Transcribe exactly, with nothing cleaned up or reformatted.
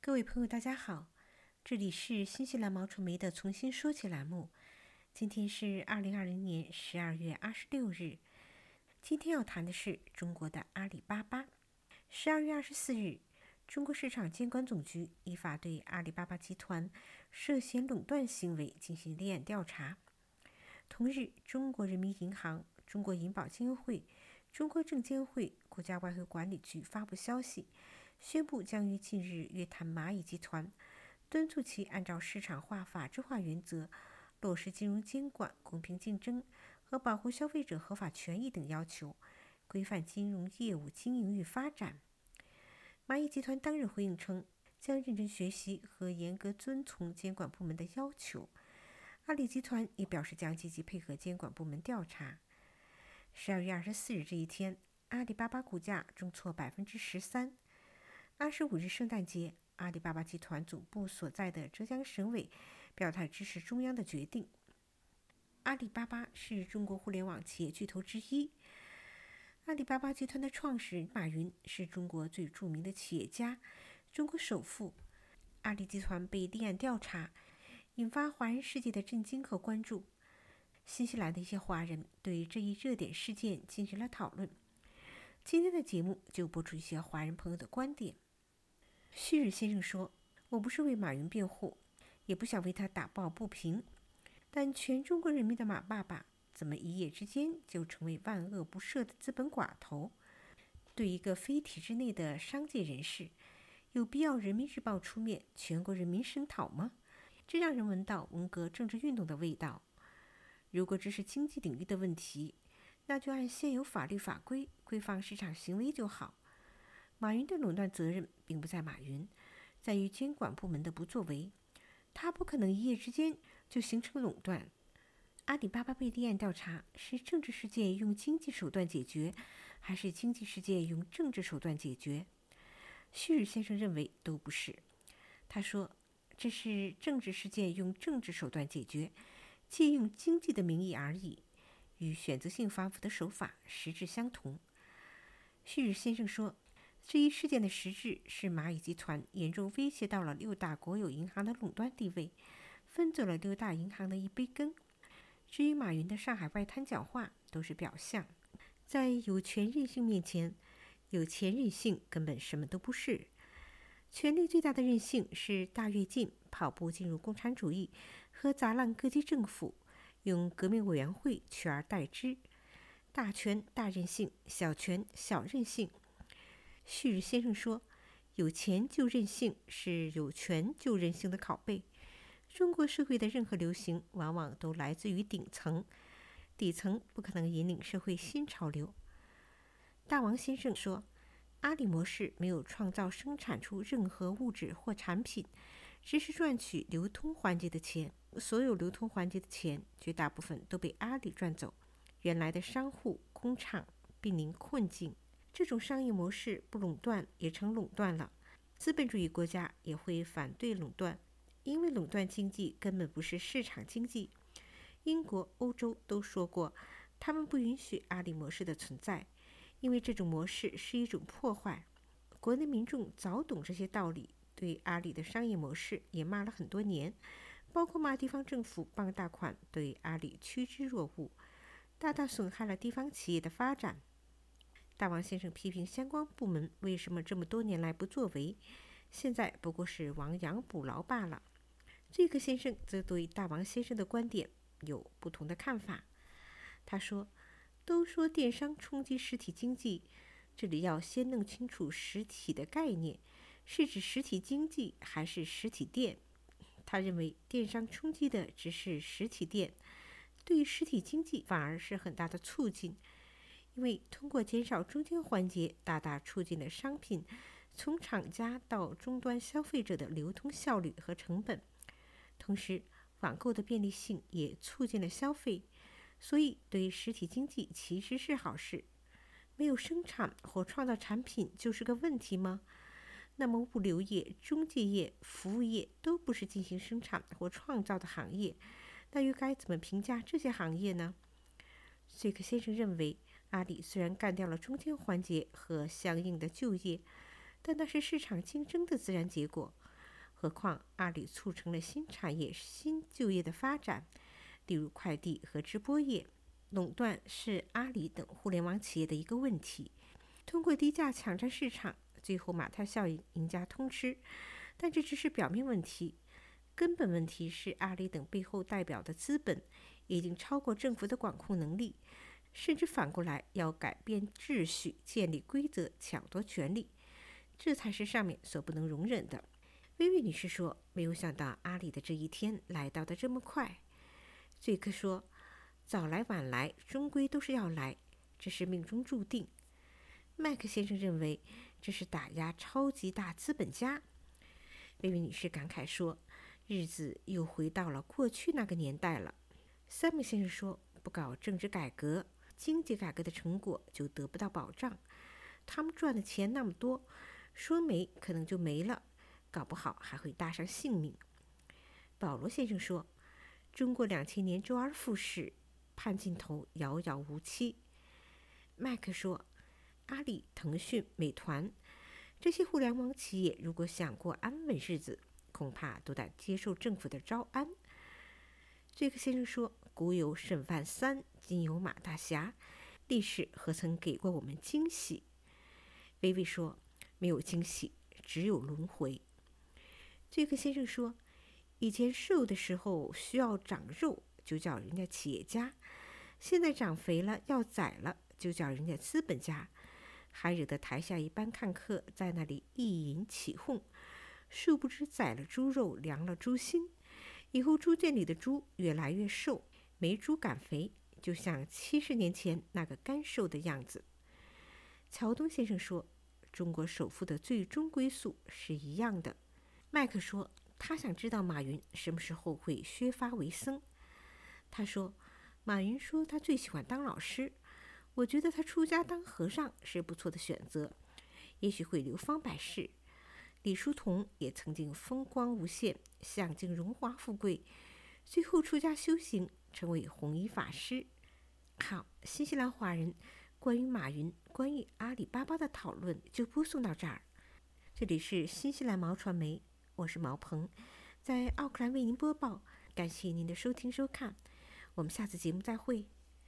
各位朋友，大家好，这里是新西兰毛传媒的重新说起栏目。今天是二零二零年十二月二十六日。今天要谈的是中国的阿里巴巴。十二月二十四日，中国市场监管总局依法对阿里巴巴集团涉嫌垄断行为进行立案调查。同日，中国人民银行、中国银保监会、中国证监会、国家外汇管理局发布消息，宣布将于近日约谈蚂蚁集团，敦促其按照市场化、法治化原则，落实金融监管、公平竞争和保护消费者合法权益等要求，规范金融业务经营与发展。蚂蚁集团当日回应称，将认真学习和严格遵从监管部门的要求。阿里集团也表示将积极配合监管部门调查。十二月二十四日这一天，阿里巴巴股价重挫百分之十三。二十五日圣诞节，阿里巴巴集团总部所在的浙江省委表态支持中央的决定。阿里巴巴是中国互联网企业巨头之一。阿里巴巴集团的创始人马云是中国最著名的企业家，中国首富。阿里集团被立案调查，引发华人世界的震惊和关注。新西兰的一些华人对这一热点事件进行了讨论。今天的节目就播出一些华人朋友的观点。旭日先生说，我不是为马云辩护，也不想为他打抱不平，但全中国人民的马爸爸怎么一夜之间就成为万恶不赦的资本寡头？对一个非体制内的商界人士，有必要人民日报出面全国人民声讨吗？这让人闻到文革政治运动的味道。如果这是经济领域的问题，那就按现有法律法规规范市场行为就好。马云的垄断责任并不在马云，在于监管部门的不作为。他不可能一夜之间就形成垄断。阿里巴巴被立案调查，是政治事件用经济手段解决，还是经济事件用政治手段解决？旭日先生认为都不是。他说，这是政治事件用政治手段解决，借用经济的名义而已，与选择性反腐的手法实质相同。旭日先生说，这一事件的实质是蚂蚁集团严重威胁到了六大国有银行的垄断地位，分走了六大银行的一杯羹。至于马云的上海外滩讲话都是表象，在有权任性面前，有钱任性根本什么都不是。权力最大的任性是大跃进、跑步进入共产主义和砸烂各级政府，用革命委员会取而代之。大权大任性，小权小任性。旭日先生说，有钱就任性是有权就任性的拷贝。中国社会的任何流行往往都来自于顶层，底层不可能引领社会新潮流。大王先生说，阿里模式没有创造生产出任何物质或产品，只是赚取流通环节的钱。所有流通环节的钱绝大部分都被阿里赚走，原来的商户、工厂濒临困境。这种商业模式不垄断也成垄断了。资本主义国家也会反对垄断，因为垄断经济根本不是市场经济。英国、欧洲都说过，他们不允许阿里模式的存在，因为这种模式是一种破坏。国内民众早懂这些道理，对阿里的商业模式也骂了很多年，包括骂地方政府傍大款，对阿里趋之若鹜，大大损害了地方企业的发展。大王先生批评相关部门为什么这么多年来不作为，现在不过是亡羊补牢罢了。这个先生则对大王先生的观点有不同的看法。他说，都说电商冲击实体经济，这里要先弄清楚实体的概念，是指实体经济还是实体店。他认为电商冲击的只是实体店，对于实体经济反而是很大的促进，因为通过减少中间环节，大大促进了商品从厂家到终端消费者的流通效率和成本，同时网购的便利性也促进了消费，所以对实体经济其实是好事。没有生产或创造产品就是个问题吗？那么物流业、中介业、服务业都不是进行生产或创造的行业，那又该怎么评价这些行业呢？这个先生认为，阿里虽然干掉了中间环节和相应的就业，但那是市场竞争的自然结果。 何况阿里促成了新产业、新就业的发展，例如快递和直播业。垄断是阿里等互联网企业的一个问题，通过低价抢占市场，最后马太效应赢家通吃。但这只是表面问题，根本问题是阿里等背后代表的资本已经超过政府的管控能力，甚至反过来要改变秩序、建立规则、抢夺权利，这才是上面所不能容忍的。薇薇女士说，没有想到阿里的这一天来到的这么快。瑞克说，早来晚来终归都是要来，这是命中注定。麦克先生认为这是打压超级大资本家。薇薇女士感慨说，日子又回到了过去那个年代了。三木先生说，不搞政治改革，经济改革的成果就得不到保障，他们赚的钱那么多，说没可能就没了，搞不好还会搭上性命。保罗先生说，中国两千年周而复始，盼尽头遥遥无期。麦克说，阿里、腾讯、美团这些互联网企业如果想过安稳日子，恐怕都得接受政府的招安。瑞克先生说，古有沈万三，今有马大侠，历史何曾给过我们惊喜？薇薇说，没有惊喜，只有轮回。瑞克先生说，以前瘦的时候需要长肉，就叫人家企业家，现在长肥了要宰了，就叫人家资本家，还惹得台下一班看客在那里意淫起哄，殊不知宰了猪肉凉了猪心，以后猪圈里的猪越来越瘦，没猪敢肥，就像七十年前那个干瘦的样子。乔东先生说，中国首富的最终归宿是一样的。麦克说，他想知道马云什么时候会削发为僧。他说，马云说他最喜欢当老师，我觉得他出家当和尚是不错的选择，也许会流芳百世。李叔同也曾经风光无限，享尽荣华富贵，最后出家修行，成为弘一法师。好，新西兰华人关于马云、关于阿里巴巴的讨论就播送到这儿。这里是新西兰毛传媒，我是毛鹏，在奥克兰为您播报，感谢您的收听收看，我们下次节目再会。